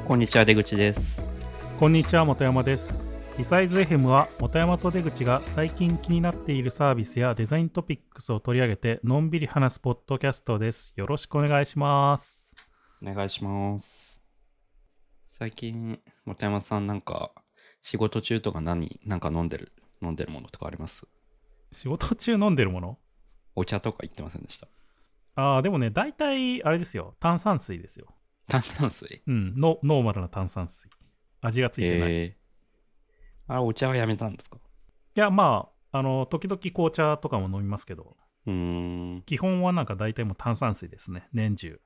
こんにちは、出口です。 こんにちは、本山です。リサイズ FM は本山と出口が最近気になっているサービスやデザイントピックスを取り上げてのんびり話すポッドキャストです。よろしくお願いします。 お願いします。最近、本山さんなんか仕事中とかなんか飲んでるものとかあります？ 仕事中飲んでるもの？ お茶とか言ってませんでした？ でもね、大体あれですよ。炭酸水ですよ。 炭酸水？ ノーマルな炭酸水。味がついてない。 お茶はやめたんですか？ いや、時々紅茶とかも飲みますけど、基本はなんか大体もう炭酸水ですね、年中。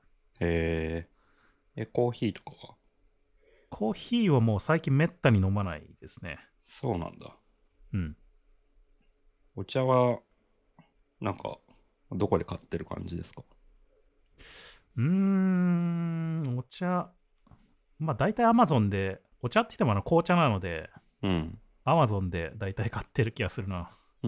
コーヒーとかは？ コーヒーはもう最近めったに飲まないですね。 そうなんだ。 うん。 お茶は、なんか、どこで買ってる感じですか？ お茶、大体 Amazon で、お茶って言っても紅茶なので、 うん。 Amazon で大体買ってる気がするな。うん。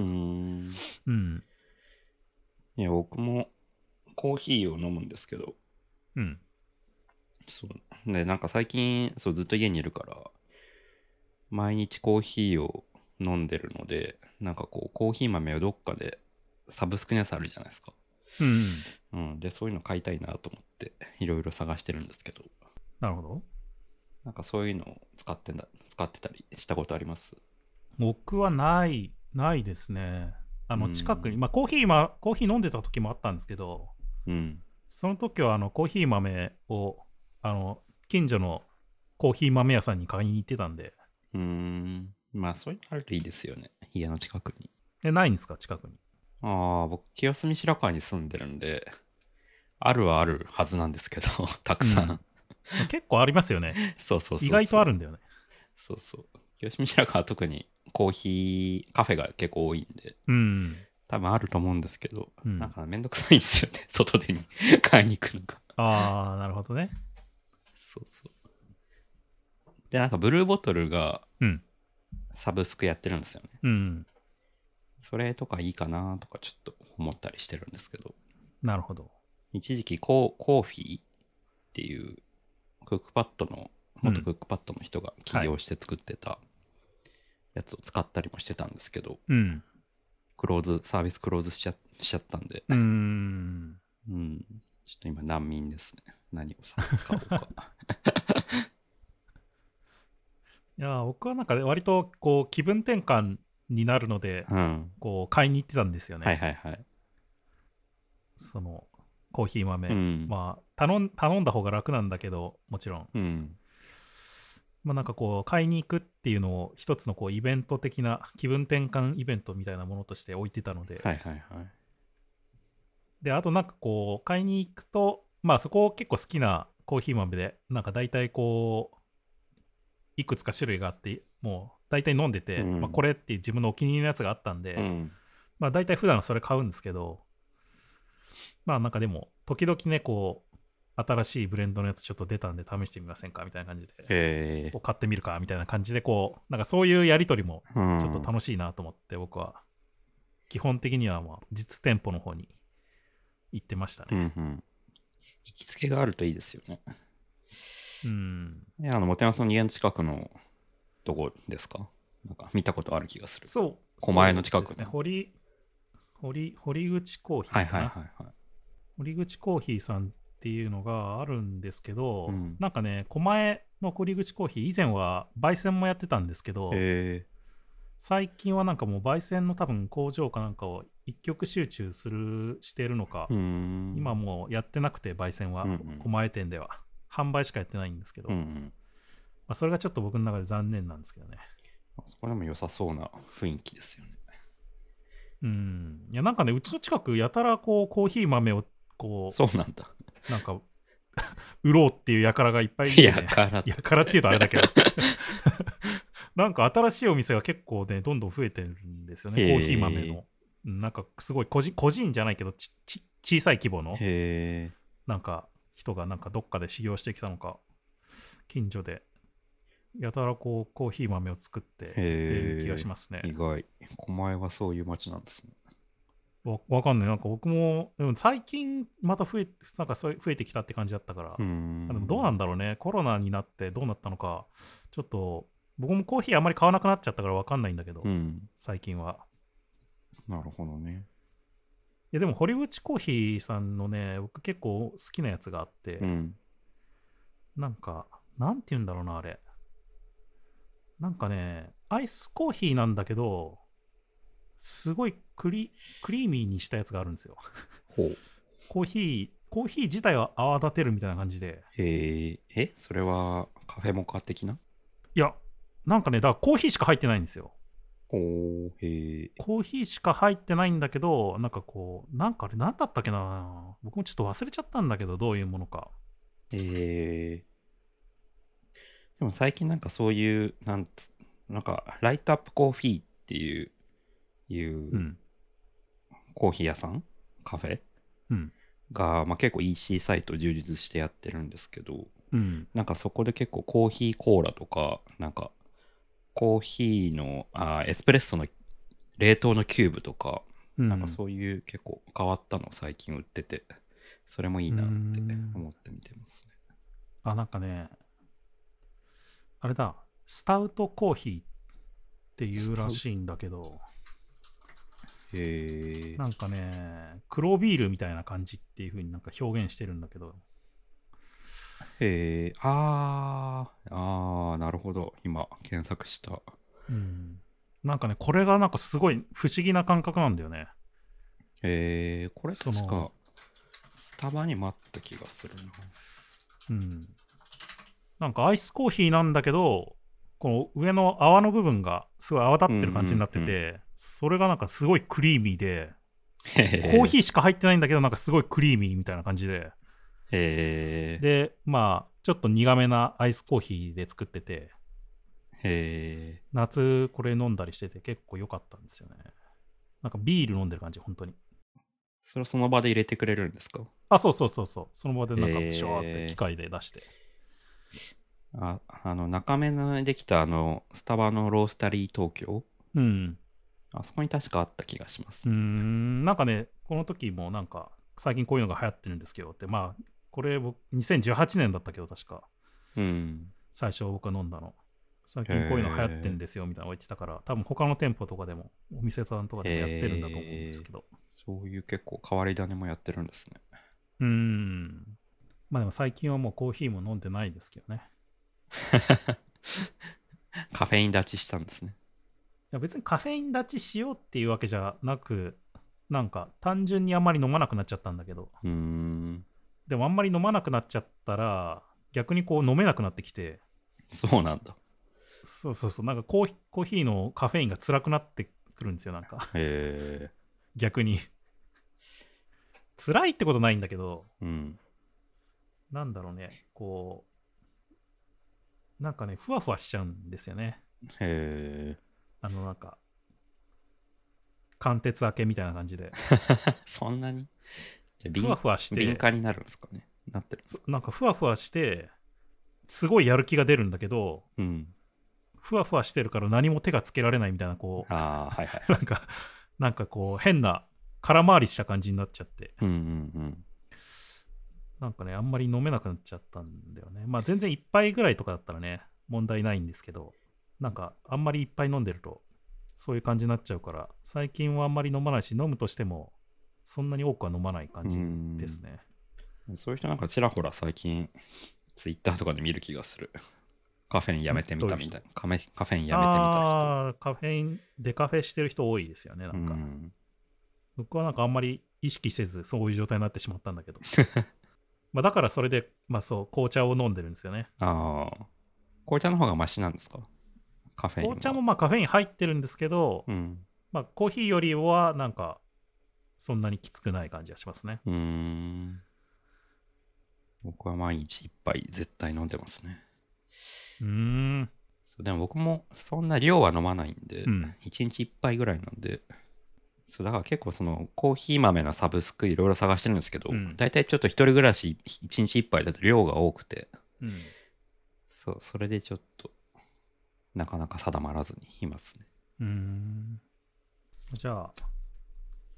いや、僕もコーヒーを飲むんですけど、 うん。 そうね、なんか最近ずっと家にいるから毎日コーヒーを飲んでるので、なんかこうコーヒー豆をどっかでサブスクのやつあるじゃないですか。でそういうの買いたいなと思っていろいろ探してるんですけど。 なるほど。 なんかそういうのを使ってたりしたことあります？ 僕はないですね。近くに、コーヒー飲んでた時もあったんですけど、その時はコーヒー豆を近所のコーヒー豆屋さんに買いに行ってたんで。 そういうのあるといいですよね、家の近くに。 ないんですか、近くに？ 僕清澄白河に住んでるんで、あるはあるはずなんですけどたくさん、 結構ありますよね。 そう意外とあるんだよね。 そうそう。清澄白河は特にコーヒーカフェが結構多いんで、多分あると思うんですけど、なんかめんどくさいんですよね、外で買いに行くのが。 なるほどね。 そうそう。で、なんかブルーボトルがサブスクやってるんですよね。それとかいいかなとかちょっと思ったりしてるんですけど。 なるほど。 一時期コーヒーっていう元クックパッドの人が起業して作ってたやつを使ったりもしてたんですけど、サービスクローズしちゃったんで、ちょっと今難民ですね。何を使おうか。 いや、僕はなんか割とこう気分転換になるので、こう買いに行ってたんですよね。そのコーヒー豆、頼んだ方が楽なんだけど、もちろん、なんかこう買いに行くっていうのを一つのこうイベント的な気分転換イベントみたいなものとして置いてたので、であとなんかこう買いに行くと、そこ結構好きなコーヒー豆で、なんか大体こういくつか種類があって、もう大体飲んでて、これっていう自分のお気に入りのやつがあったんで、大体普段それ買うんですけど、なんかでも時々ね、こう新しいブレンドのやつちょっと出たんで試してみませんかみたいな感じで、買ってみるかみたいな感じで、こうなんかそういうやり取りもちょっと楽しいなと思って、僕は基本的には実店舗の方に行ってましたね。 行きつけがあるといいですよね。本山さんの家の近くのどこですか？なんか見たことある気がする。狛江の近くですね。堀口コーヒーかな。堀口コーヒーさんっていうのがあるんですけど、なんかね、狛江の堀口コーヒー、以前は焙煎もやってたんですけど、最近はなんかもう焙煎の多分工場かなんかを一極集中してるのか、今もうやってなくて、焙煎は、狛江店では販売しかやってないんですけど、それがちょっと僕の中で残念なんですけどね。 そこでも良さそうな雰囲気ですよね。 いやなんかね、うちの近くやたらこうコーヒー豆をこう、 そうなんだ。 なんか売ろうっていう輩がいっぱいいて、ね、輩っていうとあれだけどなんか新しいお店が結構ね、どんどん増えてるんですよね、コーヒー豆の。なんかすごい個人じゃないけど、小さい規模のなんか人がなんかどっかで修行してきたのか、近所でやたらこうコーヒー豆を作って出る気がしますね。 意外。狛江はそういう街なんですね。 わかんない。なんか僕も、でも最近またなんか増えてきたって感じだったから、 うーでもどうなんん。 だろうね。コロナになってどうなったのか、ちょっと、僕もコーヒーあんまり買わなくなっちゃったからわかんないんだけど、 うん。 最近は。 なるほどね。 いやでも堀口コーヒーさんのね、僕結構好きなやつがあって、 うん。 なんか、なんて言うんだろうな、あれ。なんかね、アイスコーヒーなんだけど、すごいクリーミーにしたやつがあるんですよ。 ほう。 コーヒー自体は泡立てるみたいな感じで。 それはカフェモカ的な？ いや、なんかね、だからコーヒーしか入ってないんですよ。 ほう。 コーヒーしか入ってないんだけど、なんかこう、なんかあれ何だったっけな、僕もちょっと忘れちゃったんだけど、どういうものか。 えでも最近なんかそういう、なんかライトアップコーヒーっていううん。 コーヒー屋さんカフェうん。 が、まあ、結構 EC サイト充実してやってるんですけど、 うん。 なんかそこで結構コーヒーコーラとか、なんかコーヒーの、エスプレッソの冷凍のキューブとか、なんかうん。 そういう結構変わったのを最近売ってて、それもいいうーなってん。 思って見てますね。 あ、なんかね、あれだ、スタウトコーヒーっていうスタウらしいんだけど、 へなんかね、黒ビールみたいな感じっていう風になんか表現してるんだけど、 なるほど。今、検索した。 うん。なんかね、これがなんかすごい不思議な感覚なんだよね。 これその、 確か、スタバにもあった気がするな。 うん。なんかアイスコーヒーなんだけど、この上の泡の部分がすごい泡立うんうってる感じになっんうん。 てて、それがなんかすごいクリーミーで、 へへコーヒーしか入ってないんだけど、なんかすごいクリーミーみたいな感じで、 へで、まあ、ちょっと苦めなアイスコーヒーで作ってて、 へ夏これ飲んだりしてて結構良かったんですよね。なんかビール飲んでる感じ、本当に。 それをその場で入れてくれるんですか？ あ、そうそうそうそう。その場でなんかブショーって機へ械で出して。 中目にできたスタバのロースタリー東京、 うん。 あそこに確かあった気がしまうーす。 ん、なんかね、この時もなんか、最近こういうのが流行ってるんですけどって、まあ、これ僕、2018年だったけど、確か、 うん。 最初僕が飲んだの。最へ近こういうの流行ってんえ。 ですよみたいなのを言ってたから、多分他の店舗とかでも、お店さんとかでもやってるんだと思うんですへえ。 けど。 そういう結構変わり種もやってるんですね。 うーん。まあでも最近はもうコーヒーも飲んでないですけどね。 カフェイン立ちしたんですね。 いや別にカフェイン立ちしようっていうわけじゃなく、なんか単純にあんまり飲まなくなっちゃったんだけど、 うーん。 でもあんまり飲まなくなっちゃったら、逆にこう飲めなくなってきて、 そうなんだ。 そうそうそう、なんかコーヒーのカフェインが辛くなってくるんですよ、なんか。 へえ。 逆に。辛いってことないんだけど、 うん。 なんだろうね、こう、なんかね、ふわふわしちゃうんですよね。 へえ。 なんか、貫徹明けみたいな感じで。 そんなにじゃふわふわして、 敏感になるんですかね。なってるんですか？ なんかふわふわして、すごいやる気が出るんだけど、 うん。 ふわふわしてるから何も手がつけられないみたいな、 はいはいう、 はい。 なんかこう、変な、空回りした感じになっちゃって。 うんうんなんかね、あんまり飲めなくなっちゃったんだよね。まあ全然一杯ぐらいとかだったらね、問題ないんですけど、なんかあんまりいっぱい飲んでると、そういう感じになっちゃうから、最近はあんまり飲まないし、飲むとしても、そんなに多くは飲まない感うん。うじですね。 ん。そういう人なんかちらほら最近、ツイッターとかで見る気がする。カフェインやめてみどういう人？ たみたいな。カフェインやめてみた人。 カフェイン、デカフェしてる人多いですよね、なうんか。 ん。 僕はなんかあんまり意識せず、そういう状態になってしまったんだけど。まあだからそれで、まあそう、紅茶を飲んでるんですよね。 ああ。紅茶の方がマシなんですか？カフェインは。 紅茶もまあカフェイン入ってるんですけど、 うん。 まあコーヒーよりはなんかそんなにきつくない感じがしますね。 うーん。僕は毎日一杯絶対飲んでますね。 うーん。 そう、でも僕もそんな量は飲まないんで、 うん。 一日一杯ぐらいなんで、そう、だから結構そのコーヒー豆のサブスクいろいろ探してるんですけど、 うん。 大体ちょっと一人暮らし一日一杯だと量が多くて、 うん。 そう、それでちょっとなかなか定まらずにいますね。 うーん。じゃあ、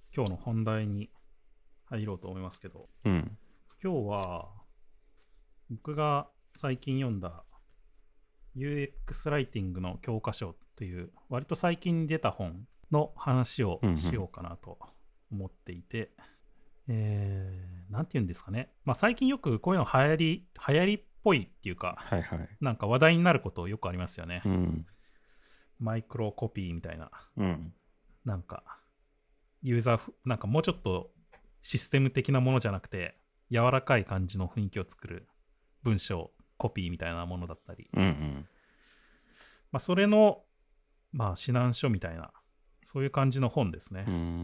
今日の本題に入ろうと思いますけど、 うん。 今日は僕が最近読んだ UX ライティングの教科書という割と最近出た本の話をしようかなと思っていて、なんて言うんですかね。まあ最近よくこういうの流行りっぽいっていうか、 はいはい。 なんか話題になることよくありますよね。 うん。 マイクロコピーみたいな。 うん。 なんかユーザーなんかもうちょっとシステム的なものじゃなくて柔らかい感じの雰囲気を作る文章コピーみたいなものだったり、 うんうん。 まあ、それのまあ指南書みたいなそういう感じの本ですね。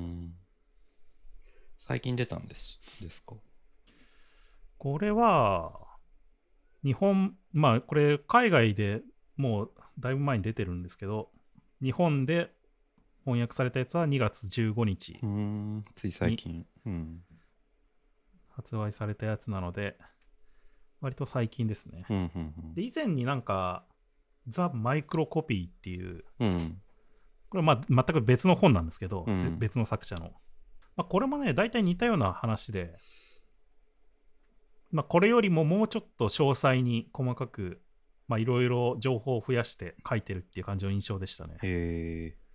最近出たんですか？ これは日本、まあこれ海外でもうだいぶ前に出てるんですけど、日本で翻訳されたやつは2月15日つい最近。うん。 発売されたやつなので割と最近ですね。 うんうんで以前になんかザ・マイクロコピーっていう、 うん。 これはまあ全く別の本なんですけど、 うん。 別の作者の。まあ、これもね、大体似たような話で、まあ、これよりももうちょっと詳細に細かく、まあ、いろいろ情報を増やして書いてるっていう感じの印象でしたね。 へえ。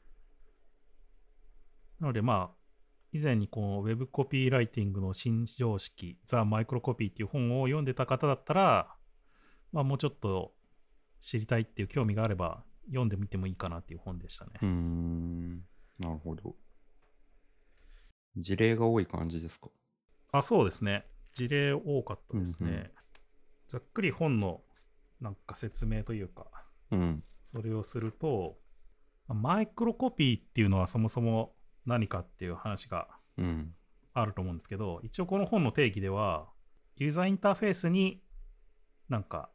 なのでまあ、以前にこうウェブコピーライティングの新常識、ザ・マイクロコピーっていう本を読んでた方だったら、まあ、もうちょっと知りたいっていう興味があれば読んでみてもいいかなっていう本でしたね。 なるほど。事例が多い感じですか？ あ、そうですね。事例多かったですね。 うんうん。 ざっくり本のなんか説明というか、 うん。 それをすると、マイクロコピーっていうのはそもそも何かっていう話がうん。 あると思うんですけど、一応この本の定義では、ユーザーインターフェースになんか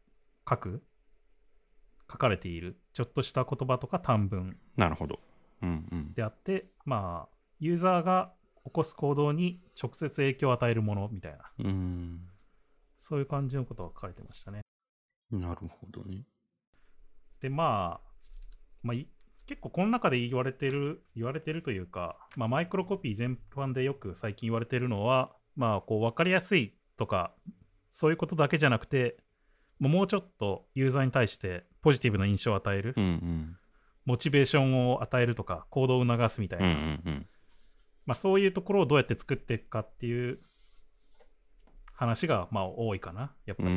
書かれているちょっとした言葉とか短文なるほど。うんうん。 であって、まあ、ユーザーが起こす行動に直接影響を与えるものみたいな、そういう感じのことが書かれてましたね。 なるほどね。 で、まあ、結構この中で言われてるというか、まあ、マイクロコピー全般でよく最近言われてるのは、まあ、こう分かりやすいとか、そういうことだけじゃなくて、もうちょっとユーザーに対してポジティブな印象を与える、 うんうん。 モチベーションを与えるとか、行動を促すみたいうんうな、 んまあ、そういうところをどうやって作っていくかっていう話がまあ多いかな、やっうん。 ぱり。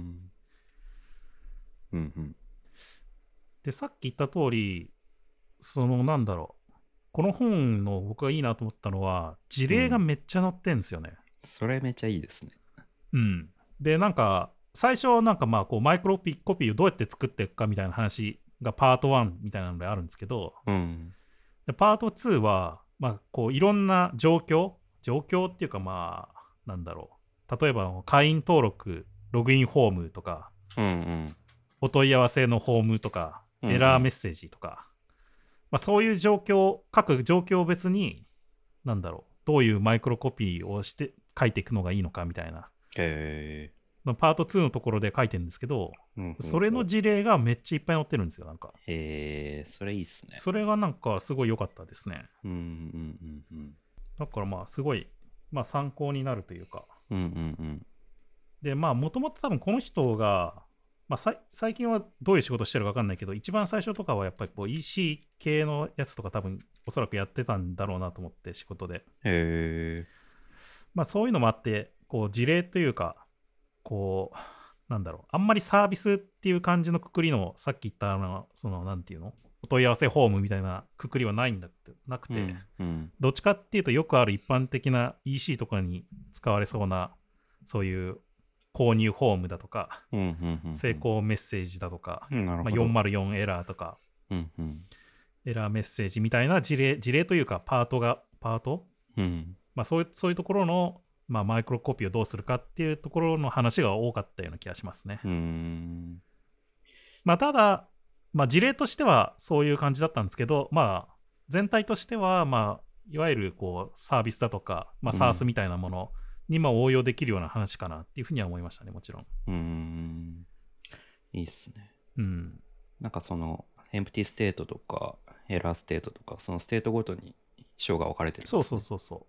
うんうん。 で、さっき言った通り、そのなんだろう、この本の僕がいいなと思ったのは、事例がめっちゃ載ってんですよね。 それめっちゃいいですね。 うん。で、なんか、最初、なんかまあ、こう、マイクロコピーをどうやって作っていくかみたいな話がパート1みたいなのであるんですけど、 うん。 でパート2は、まあ、こう、いろんな状況っていうか、まあ、なんだろう。例えば、会員登録、ログインフォームとか、 うんうん。 お問い合わせのフォームとか、 うんエラーメッセージとか、まあ、そういう状況、各状況別に、なんだろう、どういうマイクロコピーをして書いていくのがいいのかみたいな、 へえ。 パート2のところで書いてるんですけど、 うんうんそれの事例がめっちゃいっぱい載ってるんですよ、なんか。 へえ、それいいっすね。 それがなんかすごい良かったですね。 うんうんうんだからまあすごい、まあ参考になるというか。 うん。うんうんで、まあもともと多分この人が、まあ最近はどういう仕事してるか分かんないけど、一番最初とかはやっぱりこう EC 系のやつとか多分おそらくやってたんだろうなと思って仕事で。 へえ。 まあそういうのもあって、こう事例というか、こう、なんだろう、あんまりサービスっていう感じのくくりの、さっき言ったその、なんていうの、お問い合わせフォームみたいなくくりはなくて、 うんどっちかっていうとよくある一般的な EC とかに使われそうな、そういう購入フォームだとか、成功メッセージだとか、まあ、 なるほど。 404エラーとか、 うんうんエラーメッセージみたいな事例というか、パート、 うんまあ、そういうところの、まあ、マイクロコピーをどうするかっていうところの話が多かったような気がしますね。まあ、ただ、まあ、事例としてはそういう感じだったんですけど、まあ、全体としては、まあ、いわゆるこうサービスだとか、まあ、SaaS みたいなものにまあ応用できるような話かなっていうふうには思いましたね、もちろん。 いいっすね。 うん。 なんかそのエンプティステートとかエラーステートとかそのステートごとに章が分かれてるんです、 そうね。 そうそうそう。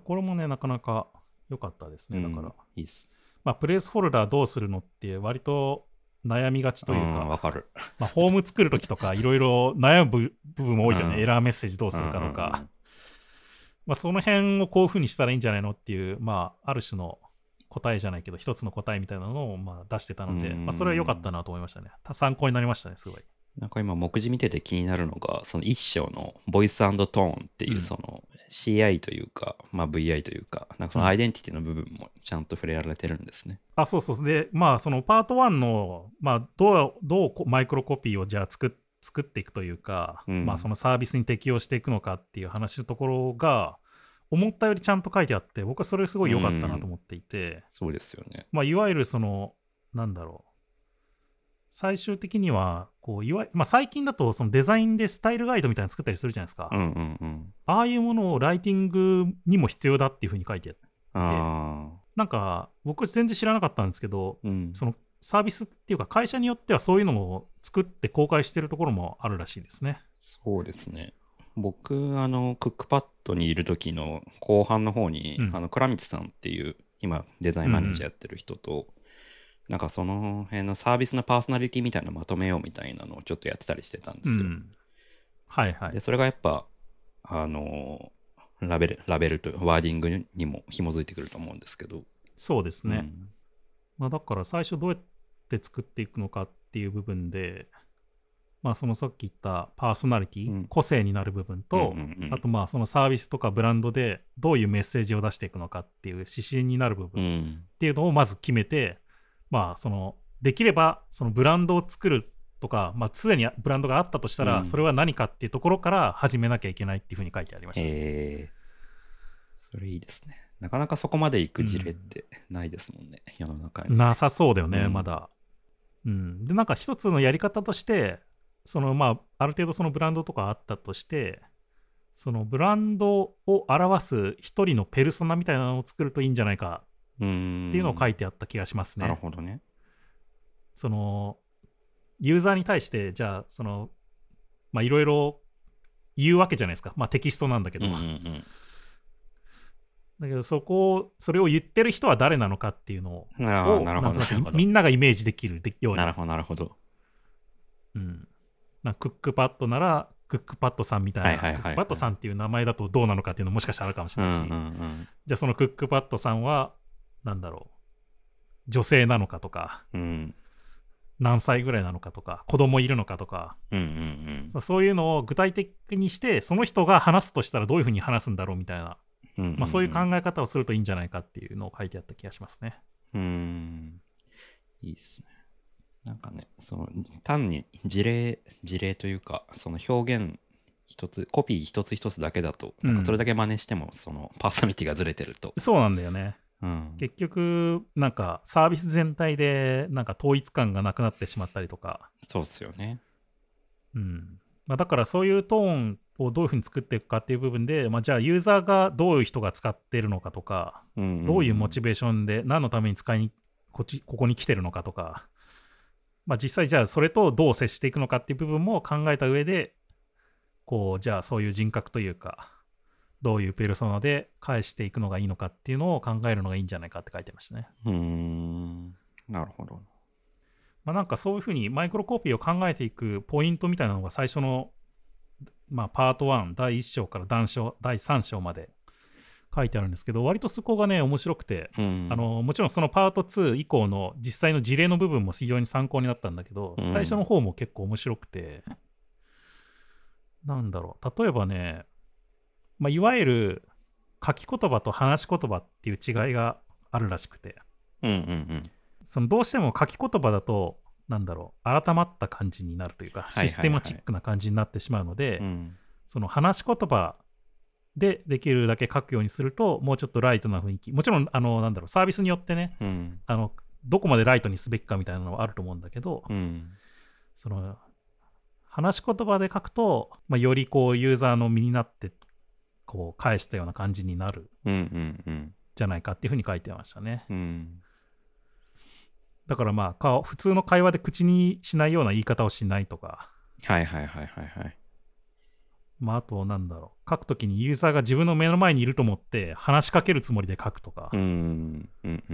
これもね、なかなか良かったですね。だから、 いいっす。 プレイスホルダーどうするのって割と悩みがちというか、 わかる。 ホーム作るときとかいろいろ悩む部分も多いよね。エラーメッセージどうするかとか。その辺をこういう風にしたらいいんじゃないのっていう、ある種の答えじゃないけど、一つの答えみたいなのを出してたので、それは良かったなと思いましたね。参考になりましたね、すごい。 なんか今、目次見てて気になるのが、その一章のボイス&トーンっていう、その CI というか、VI というか、なんかそのアイデンティティの部分もちゃんと触れられてるんですね。 そうそう。で、そのパート1の、どうマイクロコピーをじゃあ作っていくというか、そのサービスに適用していくのかっていう話のところが、思ったよりちゃんと書いてあって、僕はそれすごい良かったなと思っていて、 そうですよね。 いわゆるその、最終的には最近だとそのデザインでスタイルガイドみたいなの作ったりするじゃないですか。ああいうものをライティングにも必要だっていうふうに書いてあって、なんか僕全然知らなかったんですけど、そのサービスっていうか会社によってはそういうのを作って公開してるところもあるらしいですね。 そうですね。僕クックパッドにいる時の後半の方に、倉光さんっていう今デザインマネージャーやってる人と、なんかその辺のサービスのパーソナリティみたいなのまとめようみたいなのをちょっとやってたりしてたんですよ。 はいはい。 でそれがやっぱラベルとワーディングにも紐づいてくると思うんですけど。 そうですね。だから最初どうやって作っていくのかっていう部分で、そのさっき言ったパーソナリティ、個性になる部分と、あとそのサービスとかブランドでどういうメッセージを出していくのかっていう指針になる部分っていうのをまず決めて、そのできればそのブランドを作るとか、常にブランドがあったとしたら、それは何かっていうところから始めなきゃいけないっていうふうに書いてありました。 それいいですね。なかなかそこまで行く事例ってないですもんね、世の中に。 なさそうだよね、まだ。で、なんか一つのやり方として、そのある程度そのブランドとかあったとして、そのブランドを表す一人のペルソナみたいなのを作るといいんじゃないかっていうのを書いてあった気がしますね。 なるほどね。 そのユーザーに対してじゃあそのいろいろ言うわけじゃないですか。テキストなんだけど、だけどそれを言ってる人は誰なのかっていうのをみんながイメージできるように。 なるほど。 クックパッドならクックパッドさんみたいな、クックパッドさんっていう名前だとどうなのかっていうのもしかしたらあるかもしれないし、じゃあそのクックパッドさんは女性なのかとか、何歳ぐらいなのかとか、子供いるのかとか、そういうのを具体的にして、その人が話すとしたらどういうふうに話すんだろうみたいな、そういう考え方をするといいんじゃないかっていうのを書いてあった気がしますね。 いいっすね。なんかね、その単に事例というか、その表現一つ、コピー一つ一つだけだと、なんかそれだけ真似しても、そのパーソナリティがずれてると。 そうなんだよね。結局なんかサービス全体でなんか統一感がなくなってしまったりとか。 そうっすよね。 だからそういうトーンをどういうふうに作っていくかっていう部分で、じゃあユーザーがどういう人が使ってるのかとか、どういうモチベーションで何のために使いにここに来てるのかとか、実際じゃあそれとどう接していくのかっていう部分も考えた上で、じゃあそういう人格というか、どういうペルソナで返していくのがいいのかっていうのを考えるのがいいんじゃないかって書いてましたね。 なるほど。 なんかそういうふうにマイクロコピーを考えていくポイントみたいなのが最初の、パート1第1章から第3章まで書いてあるんですけど、割とそこがね面白くて、もちろんそのパート2以降の実際の事例の部分も非常に参考になったんだけど、最初の方も結構面白くて、例えばね、いわゆる書き言葉と話し言葉っていう違いがあるらしくて、そのどうしても書き言葉だと改まった感じになるというか、システマチックな感じになってしまうので、その話し言葉でできるだけ書くようにすると、もうちょっとライトな雰囲気、もちろんサービスによってね、どこまでライトにすべきかみたいなのはあると思うんだけど、その話し言葉で書くと、よりユーザーの身になって返したような感じになるじゃないかっていうふうに書いてましたね。だから普通の会話で口にしないような言い方をしないとか、 まあ、あと、なんだろう。書くときにユーザーが自分の目の前にいると思って話しかけるつもりで書くとか。 うん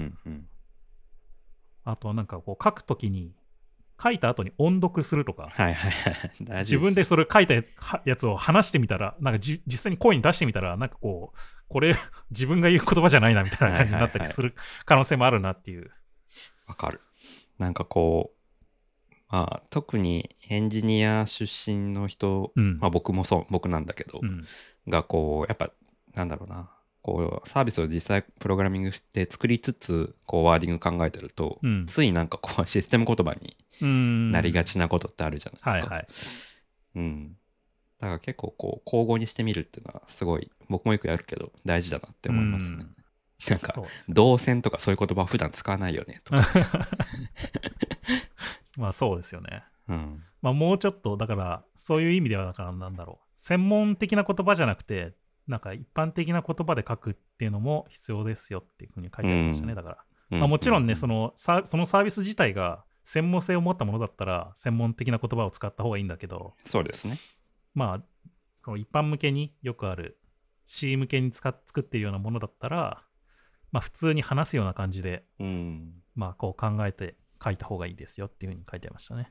あとはなんかこう書くときに書いた後に音読するとか。 はいはいはい。大事です。 自分でそれ書いたやつを話してみたら、なんか実際に声に出してみたら、なんかこう、これ自分が言う言葉じゃないなみたいな感じになったりする可能性もあるなっていう。 わかる。なんかこう、まあ、特にエンジニア出身の人、まあ僕もそう、僕なんだけど、がこう、やっぱ、なんだろうな、こう、サービスを実際プログラミングして作りつつ、こう、ワーディング考えてると、ついなんかこう、システム言葉になりがちなことってあるじゃないですか。だから結構こう、交互にしてみるっていうのは、すごい、僕もよくやるけど、大事だなって思いますね。なんか、動線とかそういう言葉普段使わないよね、とか。 まあそうですよね。まあもうちょっと、だからそういう意味では、だからなんだろう。専門的な言葉じゃなくて、なんか一般的な言葉で書くっていうのも必要ですよっていうふうに書いてありましたね。だから。まあもちろんね、そのサービス自体が専門性を持ったものだったら、専門的な言葉を使った方がいいんだけど。 そうですね。 まあ、その一般向けによくある C 向けに作っているようなものだったら、まあ普通に話すような感じで、まあこう考えて書いた方がいいですよっていうふうに書いてましたね。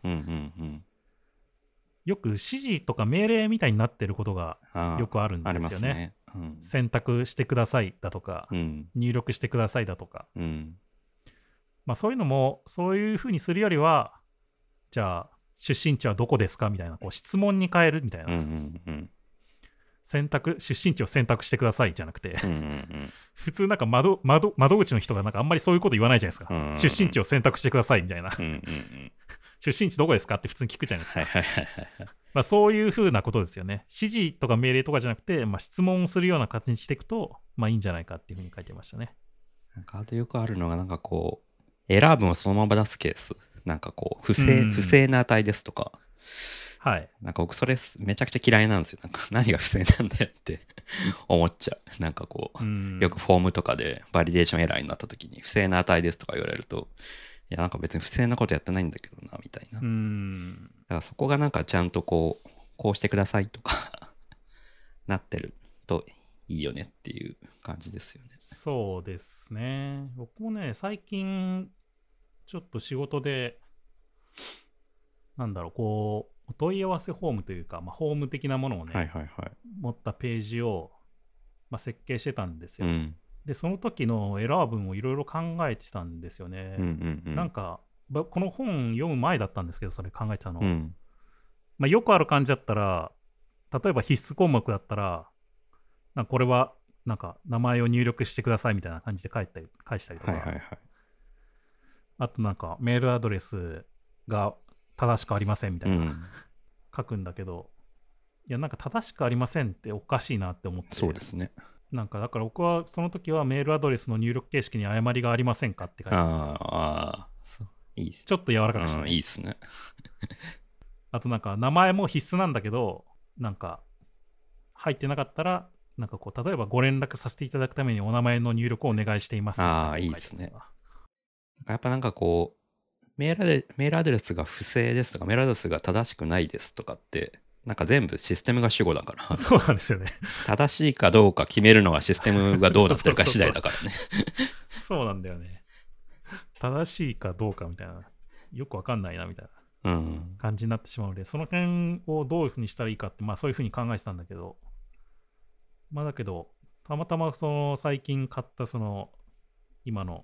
よく指示とか命令みたいになってることがよくあるんですよね。選択してくださいだとか、入力してくださいだとか。まあそういうのも、そういうふうにするよりは、じゃあ出身地はどこですかみたいなこう質問に変えるみたいな。出身地を選択してくださいじゃなくて普通なんか窓口の人がなんかあんまりそういうこと言わないじゃないですか。出身地を選択してくださいみたいな出身地どこですかって普通に聞くじゃないですか。まあそういうふうなことですよね。指示とか命令とかじゃなくて、まあ、質問をするような形にしていくと、まあいいんじゃないかっていうふうに書いてましたね。 なんかあとよくあるのがなんかこうエラー文をそのまま出すケース。なんかこう不正な値ですとか。 はい。 なんか僕それめちゃくちゃ嫌いなんですよ。なんか何が不正なんだよって思っちゃう。なんかこう、よくフォームとかでバリデーションエラーになった時に不正な値ですとか言われると、いやなんか別に不正なことやってないんだけどな、みたいな。だからそこがなんかちゃんとこうしてくださいとかなってるといいよねっていう感じですよね。 そうですね。僕もね、最近ちょっと仕事で、なんだろう、こう、お問い合わせフォームというか、まあ、フォーム的なものをね、持ったページを、まあ、設計してたんですよ。で、その時のエラー文をいろいろ考えてたんですよね。なんか、この本読む前だったんですけど、それ考えてたの。まあ、よくある感じだったら、例えば必須項目だったら、なんかこれは、なんか名前を入力してくださいみたいな感じで返したりとか、あとなんかメールアドレスが正しくありませんみたいな、書くんだけど、いやなんか正しくありませんっておかしいなって思って。 そうですね。 なんかだから僕はその時はメールアドレスの入力形式に誤りがありませんかって書いてある。いいっす。 ちょっと柔らかくして、 いいっすね。 あとなんか名前も必須なんだけど、なんか入ってなかったら、なんかこう例えばご連絡させていただくためにお名前の入力をお願いしています。 いいっすね。やっぱなんかこうメールアドレスが不正ですとかメールアドレスが正しくないですとかってなんか全部システムが主語だからそうなんですよね。 正しいかどうか決めるのはシステムがどうなってるか次第だからね。 そうなんだよね。正しいかどうかみたいな、よくわかんないなみたいな感じになってしまうので、その辺をどういうふうにしたらいいかって、まあそういうふうに考えてたんだけど、まあだけど、たまたまその最近買ったその今の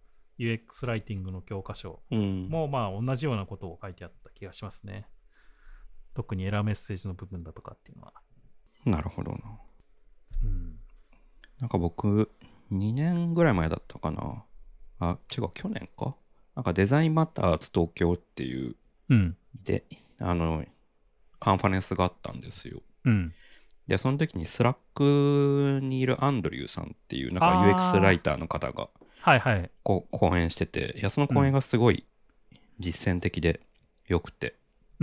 UX ライティングの教科書もまあ同じようなことを書いてあった気がしますね。特にエラーメッセージの部分だとかっていうのは。 なるほどな。なんか僕2年ぐらい前だったかな。違う、去年か。なんかデザインマターズ東京っていう、でカンファレンスがあったんですよ。でその時にスラックにいるアンドリューさんっていうなんか UX ライターの方が講演してて、いやその講演がすごい実践的でよくて、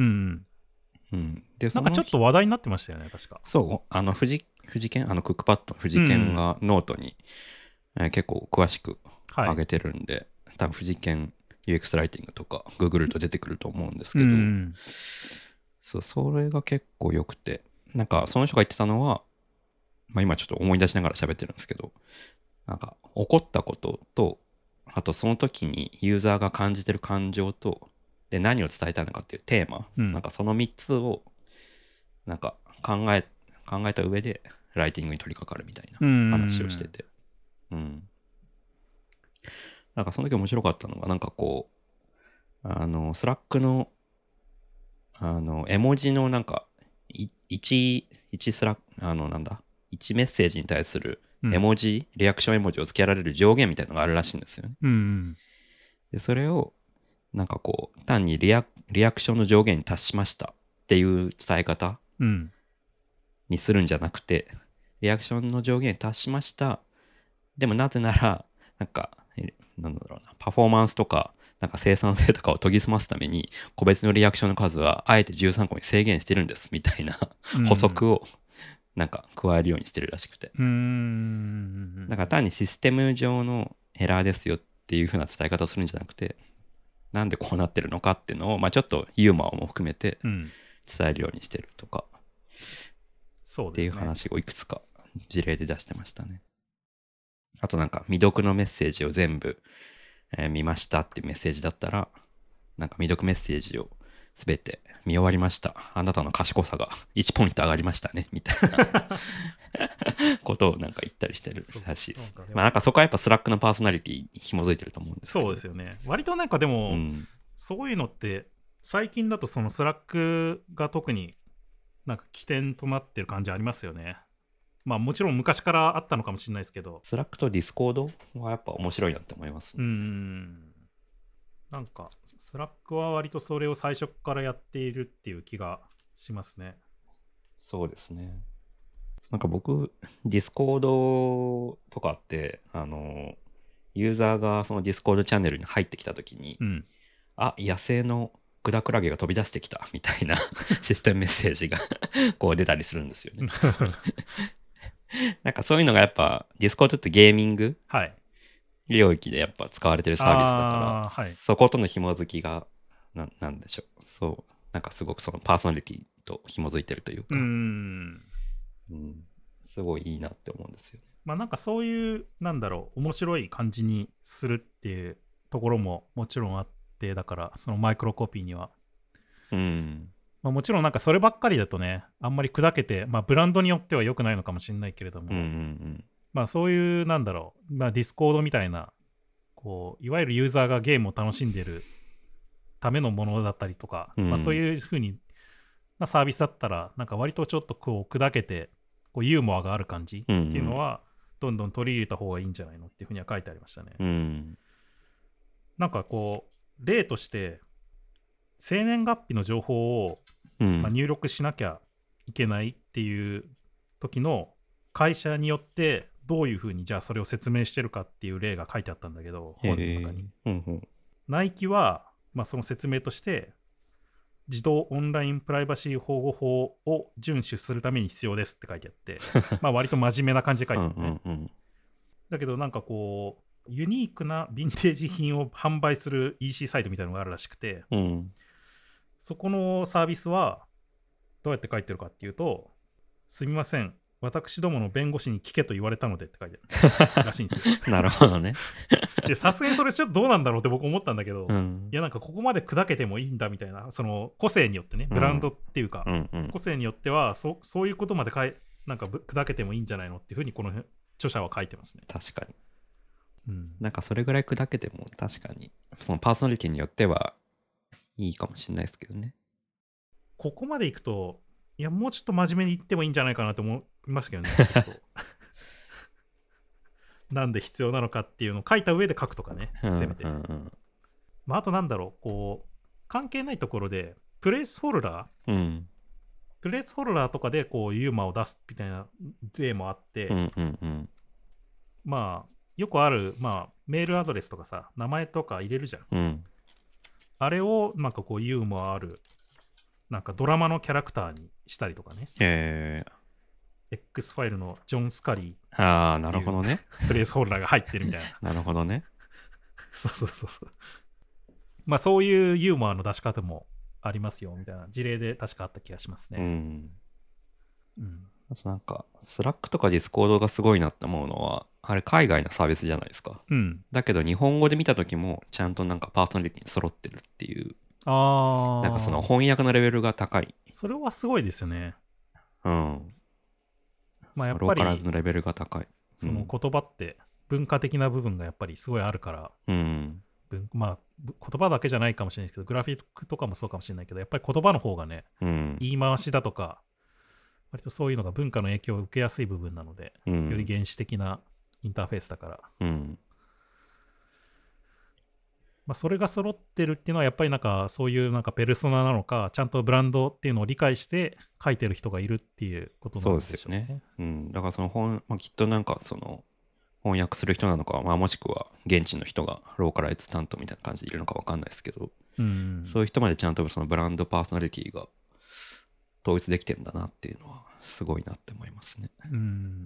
でなんかちょっと話題になってましたよね、確か。 そう、富士健、クックパッド富士健がノートに、結構詳しく上げてるんで、多分富士健 UX ライティングとか Google と出てくると思うんですけど、そうそれが結構よくて、 なんかその人が言ってたのは、まあ今ちょっと思い出しながら喋ってるんですけど、なんか起こったことと、あとその時にユーザーが感じてる感情と、で何を伝えたいのかっていうテーマ、なんかその3つをなんか考えた上でライティングに取り掛かるみたいな話をしてて、なんかその時面白かったのが、なんかこうスラックの絵文字のなんか1スラックなんだ1メッセージに対する絵文字、リアクション絵文字を付けられる上限みたいなのがあるらしいんですよね。でそれをなんかこう単にリアクションの上限に達しましたっていう伝え方にするんじゃなくて、リアクションの上限に達しました。でもなぜならなんかなんだろうな、パフォーマンスとかなんか生産性とかを研ぎ澄ますために個別のリアクションの数はあえて13個に制限してるんですみたいな補足をなんか加えるようにしてるらしくて、だから単にシステム上のエラーですよっていう風な伝え方をするんじゃなくて、なんでこうなってるのかっていうのを、まあちょっとユーモアも含めて伝えるようにしてるとか、っていう話をいくつか事例で出してましたね。あとなんか未読のメッセージを全部、見ましたっていうメッセージだったら、なんか未読メッセージをすべて見終わりました。あなたの賢さが1ポイント上がりましたね。みたいなことをなんか言ったりしてるらしいです。まあなんかそこはやっぱスラックのパーソナリティに紐づいてると思うんですけど。 そうですよね。割となんかでも、そういうのって最近だとそのスラックが特になんか起点となってる感じありますよね。まあもちろん昔からあったのかもしれないですけど、 スラックとディスコードはやっぱ面白いなって思います、ね。 なんかスラックは割とそれを最初からやっているっていう気がしますね。 そうですね。なんか僕ディスコードとかってユーザーがそのディスコードチャンネルに入ってきたときに、あ、野生のクダクラゲが飛び出してきたみたいなシステムメッセージがこう出たりするんですよね。なんかそういうのがやっぱディスコードってゲーミング領域でやっぱ使われてるサービスだから、そことの紐づきがなんでしょう。そう。なんかすごくそのパーソナリティと紐づいてるというか、すごいいいなって思うんですよね。 まあなんかそういうなんだろう面白い感じにするっていうところももちろんあって、だからそのマイクロコピーには、まあ、もちろんなんかそればっかりだとね、あんまり砕けて、まあブランドによっては良くないのかもしれないけれども、まあそういうなんだろう、まあディスコードみたいなこういわゆるユーザーがゲームを楽しんでるためのものだったりとか、まあそういう風になサービスだったらなんか割とちょっとこう砕けてこうユーモアがある感じっていうのはどんどん取り入れた方がいいんじゃないのっていうふうには書いてありましたね。なんかこう例として生年月日の情報を、まあ、入力しなきゃいけないっていう時の会社によってどういうふうにじゃあそれを説明してるかっていう例が書いてあったんだけど、本の中に、ナイキは、まあ、その説明として自動オンラインプライバシー保護法を遵守するために必要ですって書いてあってまあ割と真面目な感じで書いてあるね。だけどなんかこうユニークなヴィンテージ品を販売する EC サイトみたいなのがあるらしくて、そこのサービスはどうやって書いてるかっていうと、すみません、私どもの弁護士に聞けと言われたのでって書いてあるらしいんですよ。 なるほどね。 で、さすがにそれちょっとどうなんだろうって僕思ったんだけど、いやなんかここまで砕けてもいいんだみたいな、その個性によってね、ブランドっていうか、個性によってはそういうことまでなんか砕けてもいいんじゃないのっていうふうにこの著者は書いてますね。 確かに。なんかそれぐらい砕けても確かにそのパーソナリティによってはいいかもしれないですけどね。 ここまでいくと、いやもうちょっと真面目に言ってもいいんじゃないかなと思いますけどね。ちょっとなんで必要なのかっていうのを書いた上で書くとかね、せめて。まあ、あとなんだろう、こう関係ないところでプレイスホルダー、プレイスホルダーとかでこうユーモアを出すみたいな例もあって、まあよくある、まあ、メールアドレスとかさ、名前とか入れるじゃん。あれをなんかこうユーモアあるなんかドラマのキャラクターにしたりとかね。X ファイルのジョン・スカリー。 ああ、なるほどね。 プレイスホルダーが入ってるみたいな。 なるほどね。 そう。まあそういうユーモアの出し方もありますよみたいな事例で確かあった気がしますね。 うん。 あとなんか、スラックとかディスコードがすごいなって思うのは、あれ海外のサービスじゃないですか。 うん。 だけど日本語で見た時もちゃんとなんかパーソナリティに揃ってるっていう、なんかそのああ、 翻訳のレベルが高い。 それはすごいですよね。 うん。 まあやっローカライズぱり、 のレベルが高い。うそのん。 言葉って文化的な部分がやっぱりすごいあるから、 うん。 まあ言葉だけじゃないかもしれないですけど、グラフィックとかもそうかもしれないけど、やっぱり言葉の方がね、 うん。 言い回しだとか、割とそういうのが文化の影響を受けやすい部分なので、 うん。 より原始的なインターフェースだから、 うん。 まあ、それが揃ってるっていうのは、やっぱりなんかそういうなんかペルソナなのか、ちゃんとブランドっていうのを理解して書いてる人がいるっていうことなそうでんですよね。 しょうね。 うん。だからそのまあ、きっとなんかその翻訳する人なのか、まあ、もしくは現地の人がローカライズ担当みたいな感じでいるのかわかんないですけど、 うん。 そういう人までちゃんとそのブランドパーソナリティが統一できてんだなっていうのはすごいなって思いますね。 うん。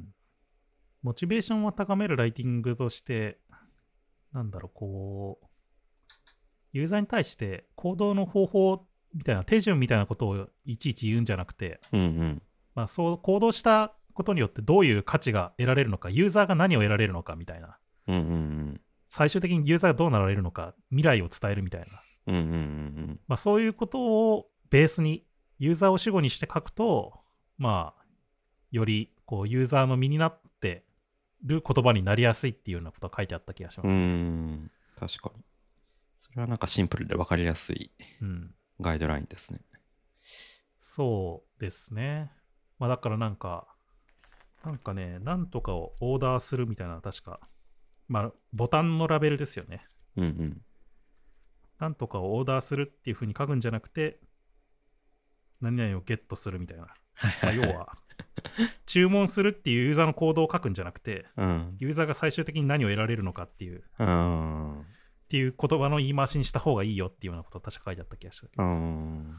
モチベーションを高めるライティングとして、なんだろう、こう、ユーザーに対して行動の方法みたいな、手順みたいなことをいちいち言うんじゃなくて、 うんうん。 まあ、そう行動したことによってどういう価値が得られるのか、ユーザーが何を得られるのかみたいな、 うんうん最終的にユーザーがどうなられるのか、未来を伝えるみたいな、 うん。うんうんうんまあ、そういうことをベースに、ユーザーを主語にして書くと、まあ、よりこうユーザーの身になってる言葉になりやすいっていうようなことが書いてあった気がしまうん。うすね。 ん。確かに。それはなんかシンプルで分かりやすいうん。 ガイドラインですね。 そうですね。まあだからなんかね、なんとかをオーダーするみたいな、確か、まあボタンのラベルですよね。 うんうん。 なんとかをオーダーするっていう風に書くんじゃなくて、何々をゲットするみたいな。まあ要は、注文するっていうユーザーの行動を書くんじゃなくて、 うん。 ユーザーが最終的に何を得られるのかうん。 っていう言葉の言い回しにした方がいいよっていうようなことを確か書いてあった気がしたけうど。 ん。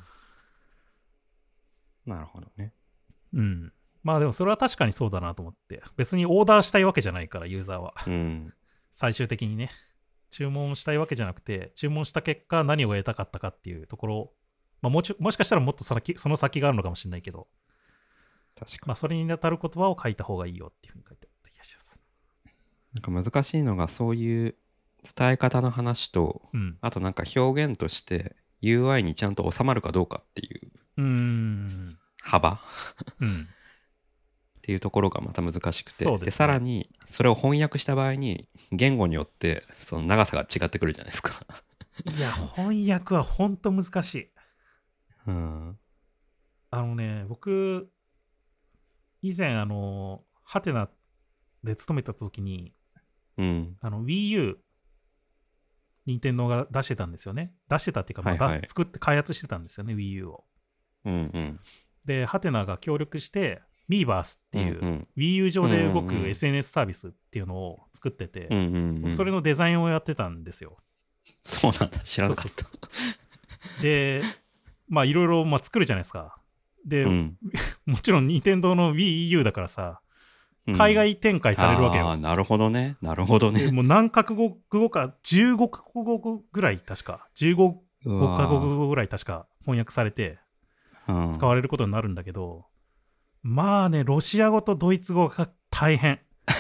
なるほどね。 うん。まあでもそれは確かにそうだなと思って。別にオーダーしたいわけじゃないから、ユーザーは。 うん。 最終的にね。注文したいわけじゃなくて、注文した結果何を得たかったかっていうところ、まあ、もしかしたらもっとその先があるのかもしれないけど、 確かに。 まあそれに当たる言葉を書いた方がいいよっていうふうに書いてあった気がします。 なんか難しいのがそういう伝え方の話と、 うん。 あとなんか表現として UI にちゃんと収まるかどうかっていううーん。 幅っうん。 ていうところがまた難しくて、で、 そうですね。 さらにそれを翻訳した場合に言語によってその長さが違ってくるじゃないですか。 いや、翻訳はほんと難しい。 うん。 僕、以前、ハテナで勤めた時に、 うん。 Wii U、任天堂が出してたんですよね。出してたっていうか、まあ、 はいはい。 作って開発してたんですよね、Wii U を。 うんうん。 で、ハテナが協力して、Miiverse っていううんうん。 Wii U うんう上で動くん SNS サービスっていうのを作ってて、 うん。うんうんう僕、それん。 のデザインをやってたんですよ。 そうなんだ。知らなかった。 そうそうそう。で、まあ、いろいろ作るじゃないですか。で、 うん。 もちろん、任天堂の Wii U だからさ、海うん。 外展開されるわけああ、 よ。 なるほどね。なるほどで、 ね。 もう何カ国語か、15カ国語ぐらい確か、15 うカ国わ語ぐらい確か翻訳されてー。うん。 使われることになるんだけど、まあね、ロシア語とドイツ語が大変。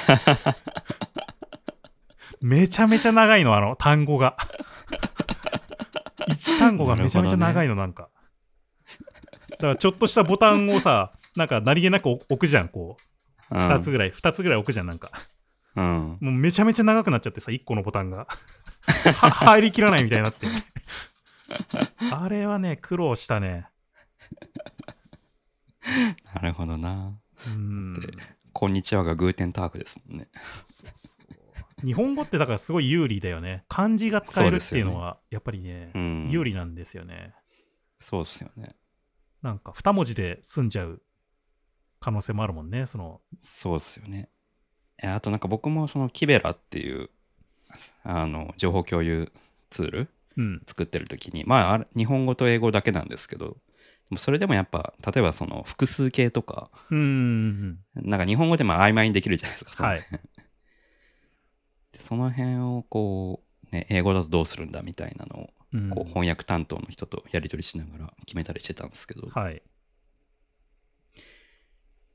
めちゃめちゃ長いの、単語が。1単語がなるめちゃめちゃほどね。 長いの、なんか。だからちょっとしたボタンをさ、なんか何気なく置くじゃん、こう。 うん。 2つぐらい置くじゃん、なんか。 うん。 もうめちゃめちゃ長くなっちゃってさ、1個のボタンが。入りきらないみたいになって。あれはね、苦労したね。 なるほどな。 うーん。 で、こんにちはがグーテンタークですもんね。 そうそう。日本語ってだからすごい有利だよね。漢字が使そうえるっですよね。 ていうのは、やっぱりね、 うん。 有利なんですよね。 そうですよね。 なんか2文字で済んじゃう可能性もあるもんね。 そうですよね。あとなんか僕もそのキベラっていう情報共有ツールうん。 作ってる時に、まあ日本語と英語だけなんですけど、でもそれでもやっぱ例えばその複数形とか、 うーん。 なんか日本語でも曖昧にできるじゃないですか、そのはい。 辺。でその辺をこう、ね、英語だとどうするんだみたいなのをこううん。 翻訳担当の人とやり取りしながら決めたりしてたんですけど、 はい。